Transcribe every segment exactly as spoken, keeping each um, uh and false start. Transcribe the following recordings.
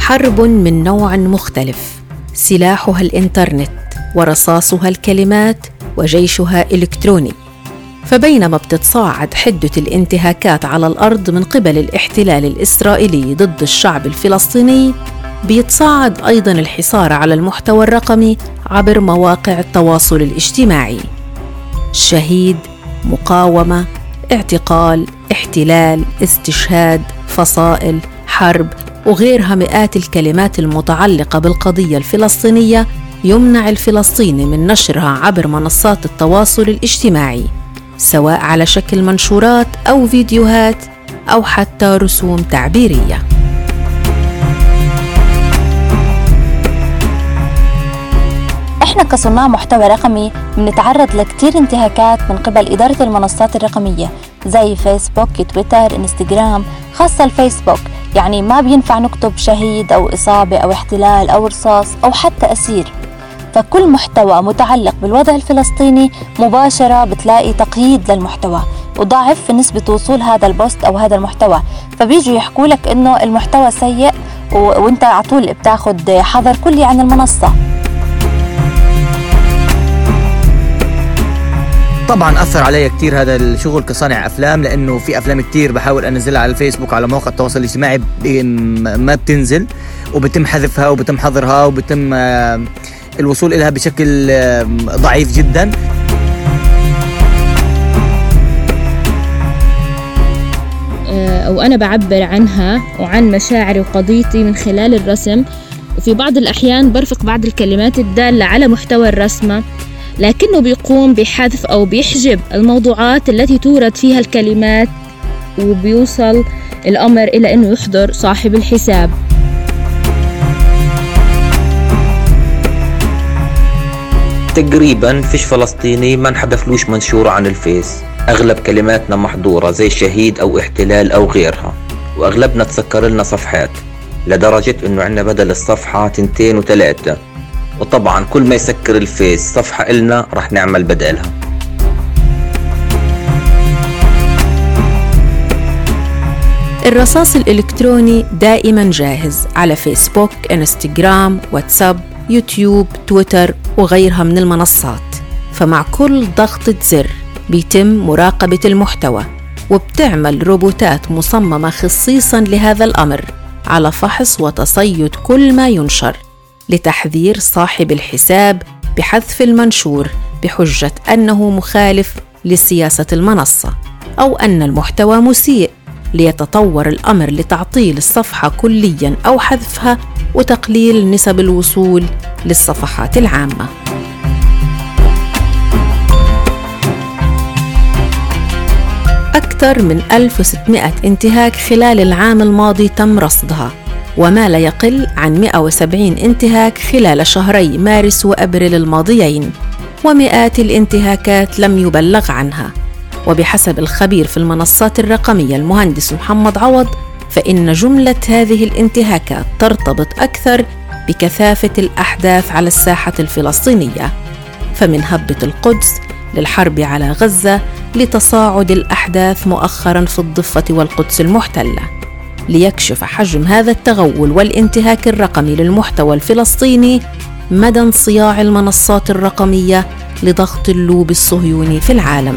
حرب من نوع مختلف، سلاحها الإنترنت ورصاصها الكلمات وجيشها إلكتروني. فبينما بتتصاعد حدة الانتهاكات على الأرض من قبل الاحتلال الإسرائيلي ضد الشعب الفلسطيني، بيتصاعد أيضاً الحصار على المحتوى الرقمي عبر مواقع التواصل الاجتماعي. شهيد، مقاومة، اعتقال، احتلال، استشهاد، فصائل، حرب وغيرها مئات الكلمات المتعلقة بالقضية الفلسطينية يمنع الفلسطيني من نشرها عبر منصات التواصل الاجتماعي، سواء على شكل منشورات أو فيديوهات أو حتى رسوم تعبيرية. إحنا كصناع محتوى رقمي بنتعرض لكتير انتهاكات من قبل إدارة المنصات الرقمية زي فيسبوك، تويتر، إنستغرام. خاصة الفيسبوك، يعني ما بينفع نكتب شهيد أو إصابة أو احتلال أو رصاص أو حتى أسير. فكل محتوى متعلق بالوضع الفلسطيني مباشرة بتلاقي تقييد للمحتوى وضعف في نسبة وصول هذا البوست أو هذا المحتوى، فبيجوا يحكوا لك إنه المحتوى سيء و... وإنت عطول بتاخد حذر كلي عن المنصة. طبعا أثر علي كتير هذا الشغل كصانع أفلام، لأنه في أفلام كتير بحاول أنزلها على الفيسبوك على مواقع التواصل الاجتماعي ما بتنزل، وبتم حذفها وبتم حظرها وبتم الوصول إليها بشكل ضعيف جدا. أو أنا بعبر عنها وعن مشاعري وقضيتي من خلال الرسم، وفي بعض الأحيان برفق بعض الكلمات الدالة على محتوى الرسمة، لكنه بيقوم بحذف أو بيحجب الموضوعات التي تورد فيها الكلمات، وبيوصل الأمر إلى أنه يحضر صاحب الحساب. تقريبا فيش فلسطيني ما انحذفلوش منشور عن الفيس. أغلب كلماتنا محظورة زي شهيد أو احتلال أو غيرها، وأغلبنا تسكر لنا صفحات لدرجة أنه عنا بدل الصفحة تنتين وثلاثة، وطبعا كل ما يسكر الفيس صفحة إلنا رح نعمل بدلها. الرصاص الإلكتروني دائما جاهز على فيسبوك، إنستغرام، واتساب، يوتيوب، تويتر وغيرها من المنصات. فمع كل ضغطة زر بيتم مراقبة المحتوى، وبتعمل روبوتات مصممة خصيصا لهذا الأمر على فحص وتصيد كل ما ينشر، لتحذير صاحب الحساب بحذف المنشور بحجة أنه مخالف لسياسة المنصة، أو أن المحتوى مسيء، ليتطور الأمر لتعطيل الصفحة كلياً أو حذفها وتقليل نسب الوصول للصفحات العامة. أكثر من ألف وستمائة انتهاك خلال العام الماضي تم رصدها، وما لا يقل عن مئة وسبعين انتهاك خلال شهري مارس وأبريل الماضيين، ومئات الانتهاكات لم يبلغ عنها. وبحسب الخبير في المنصات الرقمية المهندس محمد عوض، فإن جملة هذه الانتهاكات ترتبط أكثر بكثافة الأحداث على الساحة الفلسطينية، فمن هبة القدس للحرب على غزة لتصاعد الأحداث مؤخراً في الضفة والقدس المحتلة. ليكشف حجم هذا التغول والانتهاك الرقمي للمحتوى الفلسطيني مدى انصياع المنصات الرقمية لضغط اللوب الصهيوني في العالم.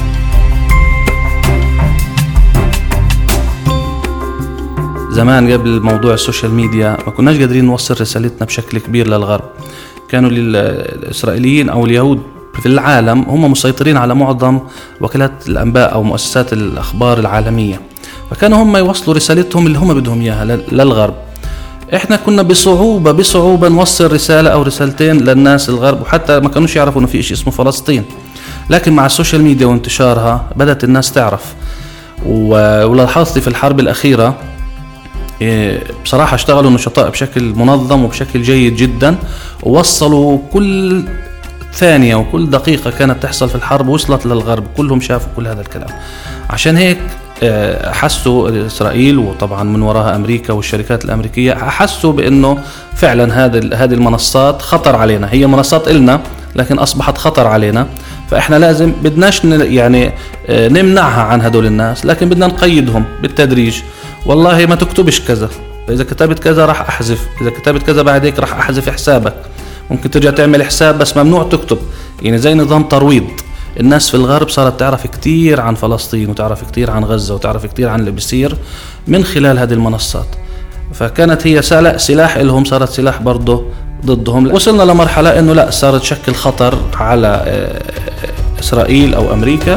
زمان قبل موضوع السوشيال ميديا ما كناش قادرين نوصل رسالتنا بشكل كبير للغرب. كانوا الإسرائيليين أو اليهود في العالم هم مسيطرين على معظم وكالات الأنباء أو مؤسسات الأخبار العالمية، فكانوا هم يوصلوا رسالتهم اللي هم بدهم إياها للغرب. إحنا كنا بصعوبة بصعوبة نوصل رسالة أو رسالتين للناس الغرب، وحتى ما كانوش يعرفوا إنه في شيء اسمه فلسطين. لكن مع السوشيال ميديا وانتشارها بدأت الناس تعرف. ولاحظت في الحرب الأخيرة بصراحة اشتغلوا النشطاء بشكل منظم وبشكل جيد جدا، ووصلوا كل ثانية وكل دقيقة كانت تحصل في الحرب وصلت للغرب، كلهم شافوا كل هذا الكلام. عشان هيك حسوا إسرائيل وطبعا من وراها أمريكا والشركات الأمريكية حسوا بأنه فعلا هذه هذه المنصات خطر علينا، هي منصات إلنا لكن أصبحت خطر علينا. فإحنا لازم بدناش يعني نمنعها عن هدول الناس، لكن بدنا نقيدهم بالتدريج. والله ما تكتبش كذا، فإذا كتبت كذا راح أحذف، إذا كتبت كذا بعد هيك راح أحذف حسابك. ممكن ترجع تعمل حساب بس ممنوع تكتب، يعني زي نظام ترويض. الناس في الغرب صارت تعرف كتير عن فلسطين وتعرف كتير عن غزة وتعرف كتير عن اللي بيصير من خلال هذه المنصات، فكانت هي سلاح لهم، صارت سلاح برضه ضدهم. وصلنا لمرحلة إنه لا، صارت تشكل خطر على إسرائيل أو أمريكا.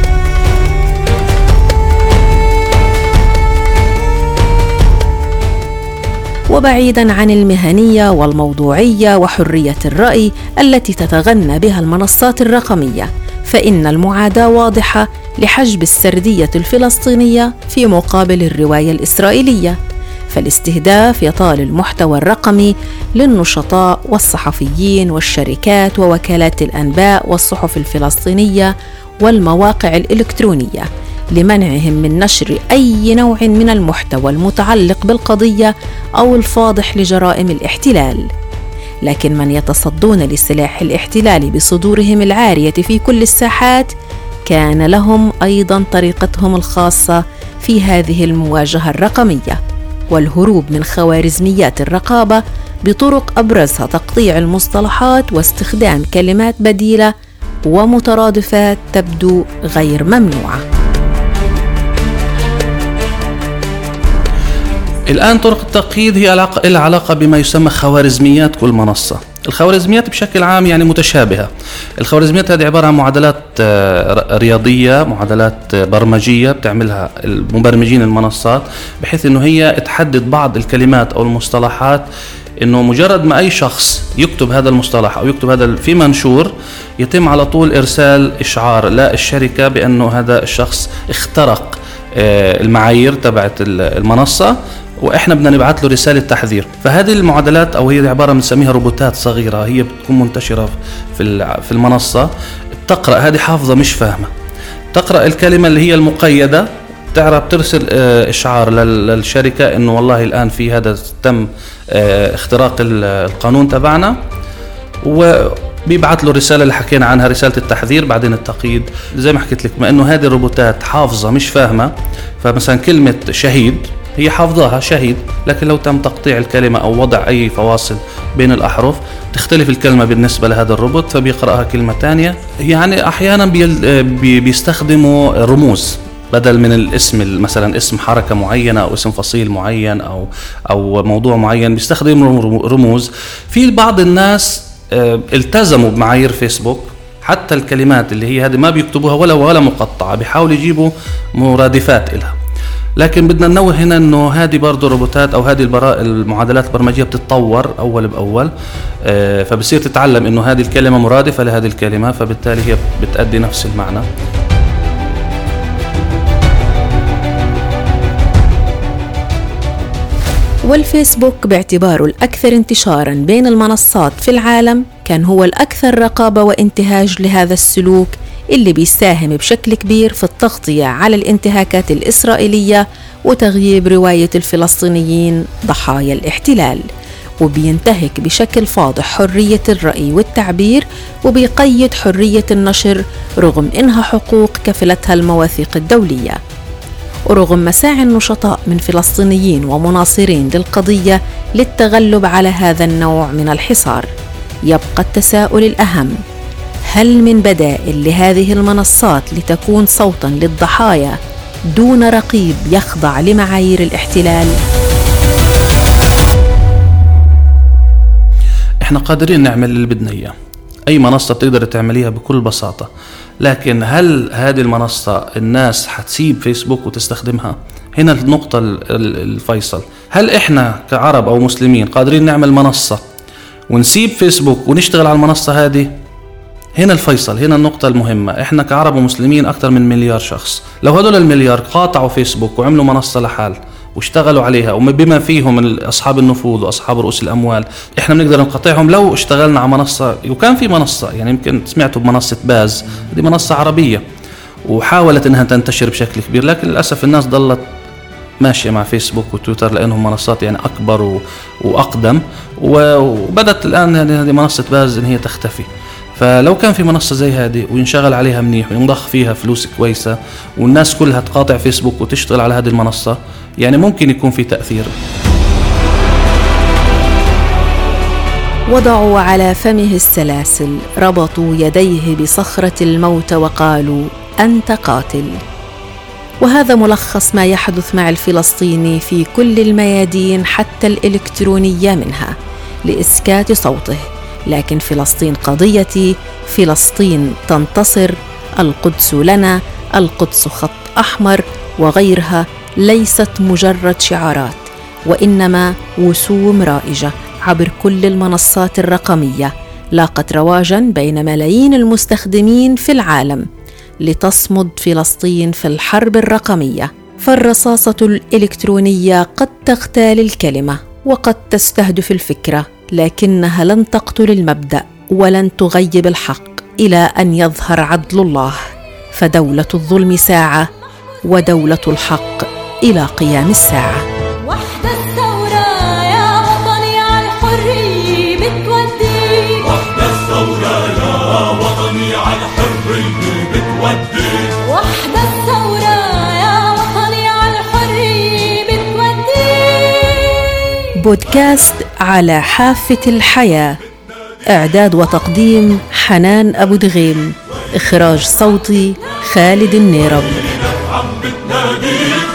وبعيدا عن المهنية والموضوعية وحرية الرأي التي تتغنى بها المنصات الرقمية، فإن المعاداة واضحة لحجب السردية الفلسطينية في مقابل الرواية الإسرائيلية. فالاستهداف يطال المحتوى الرقمي للنشطاء والصحفيين والشركات ووكالات الأنباء والصحف الفلسطينية والمواقع الإلكترونية لمنعهم من نشر أي نوع من المحتوى المتعلق بالقضية أو الفاضح لجرائم الاحتلال. لكن من يتصدون لسلاح الاحتلال بصدورهم العارية في كل الساحات كان لهم أيضاً طريقتهم الخاصة في هذه المواجهة الرقمية، والهروب من خوارزميات الرقابة بطرق أبرزها تقطيع المصطلحات واستخدام كلمات بديلة ومترادفات تبدو غير ممنوعة. الآن طرق التقييد هي لها علاقة بما يسمى خوارزميات كل منصة. الخوارزميات بشكل عام يعني متشابهة. الخوارزميات هذه عبارة عن معادلات رياضية، معادلات برمجية بتعملها المبرمجين المنصات، بحيث إنه هي تحدد بعض الكلمات أو المصطلحات، إنه مجرد ما أي شخص يكتب هذا المصطلح أو يكتب هذا في منشور يتم على طول إرسال إشعار للشركة بأنه هذا الشخص اخترق المعايير تبعت المنصة وإحنا بدنا نبعث له رسالة تحذير. فهذه المعادلات أو هي عبارة بنسميها روبوتات صغيرة، هي بتكون منتشرة في في المنصة، تقرأ، هذه حافظة مش فاهمة، تقرأ الكلمة اللي هي المقيدة، تعرف ترسل إشعار للشركة إنه والله الآن في هذا تم اختراق القانون تبعنا، وبيبعث له الرسالة اللي حكينا عنها، رسالة التحذير، بعدين التقييد. زي ما حكيت لك، ما إنه هذه الروبوتات حافظة مش فاهمة، فمثلا كلمة شهيد هي حافظاها شهيد، لكن لو تم تقطيع الكلمة أو وضع أي فواصل بين الأحرف تختلف الكلمة بالنسبة لهذا الروبوت، فبيقرأها كلمة تانية. يعني أحيانا بيستخدموا رموز بدل من الاسم، مثلا اسم حركة معينة أو اسم فصيل معين أو أو موضوع معين، بيستخدموا رموز. في بعض الناس التزموا بمعايير فيسبوك، حتى الكلمات اللي هي هذه ما بيكتبوها ولا ولا مقطعة، بيحاولوا يجيبوا مرادفات لها. لكن بدنا ننوه هنا انه هذه برضه روبوتات او هذه البراء المعادلات البرمجيه بتتطور اول باول، فبصير تتعلم انه هذه الكلمه مرادفه لهذه الكلمه، فبالتالي هي بتأدي نفس المعنى. والفيسبوك باعتباره الأكثر انتشاراً بين المنصات في العالم كان هو الأكثر رقابة وانتهاج لهذا السلوك اللي بيساهم بشكل كبير في التغطية على الانتهاكات الإسرائيلية وتغييب رواية الفلسطينيين ضحايا الاحتلال، وبينتهك بشكل فاضح حرية الرأي والتعبير، وبيقيد حرية النشر رغم إنها حقوق كفلتها المواثيق الدولية. ورغم مساعي النشطاء من فلسطينيين ومناصرين للقضية للتغلب على هذا النوع من الحصار، يبقى التساؤل الأهم: هل من بدائل لهذه المنصات لتكون صوتاً للضحايا دون رقيب يخضع لمعايير الاحتلال؟ احنا قادرين نعمل اللي بدنا اياه، اي منصة بتقدر تعمليها بكل بساطة، لكن هل هذه المنصة الناس حتسيب فيسبوك وتستخدمها؟ هنا النقطة الفيصل. هل احنا كعرب او مسلمين قادرين نعمل منصة ونسيب فيسبوك ونشتغل على المنصة هذه؟ هنا الفيصل، هنا النقطة المهمة. احنا كعرب ومسلمين اكثر من مليار شخص، لو هدول المليار قاطعوا فيسبوك وعملوا منصة لحال واشتغلوا عليها وبما فيهم أصحاب النفوذ وأصحاب رؤوس الأموال، إحنا بنقدر نقاطعهم لو اشتغلنا على منصة. وكان في منصة، يعني يمكن سمعتوا بمنصة باز، دي منصة عربية وحاولت إنها تنتشر بشكل كبير، لكن للأسف الناس ضلت ماشية مع فيسبوك وتويتر لأنهم منصات يعني أكبر وأقدم، وبدت الآن هذه منصة باز إن هي تختفي. فلو كان في منصة زي هذه وينشغل عليها منيح وينضخ فيها فلوس كويسة والناس كلها تقاطع فيسبوك وتشتغل على هذه المنصة، يعني ممكن يكون في تأثير. وضعوا على فمه السلاسل، ربطوا يديه بصخرة الموت وقالوا: أنت قاتل. وهذا ملخص ما يحدث مع الفلسطيني في كل الميادين حتى الإلكترونية منها لإسكات صوته. لكن فلسطين قضيتي، فلسطين تنتصر، القدس لنا، القدس خط أحمر وغيرها ليست مجرد شعارات، وإنما وسوم رائجة عبر كل المنصات الرقمية لاقت رواجاً بين ملايين المستخدمين في العالم لتصمد فلسطين في الحرب الرقمية. فالرصاصة الإلكترونية قد تغتال الكلمة وقد تستهدف الفكرة، لكنها لن تقتل المبدأ ولن تغيب الحق إلى أن يظهر عدل الله. فدولة الظلم ساعة ودولة الحق إلى قيام الساعة. وحدة الثورة يا وطني على الحرية بتودي، وحدة الثورة يا وطني على الحرية بتودي، وحدة الثورة يا وطني على الحرية بتودي. بودكاست على حافة الحياة، إعداد وتقديم حنان أبو دغيم، إخراج صوتي خالد النيرب.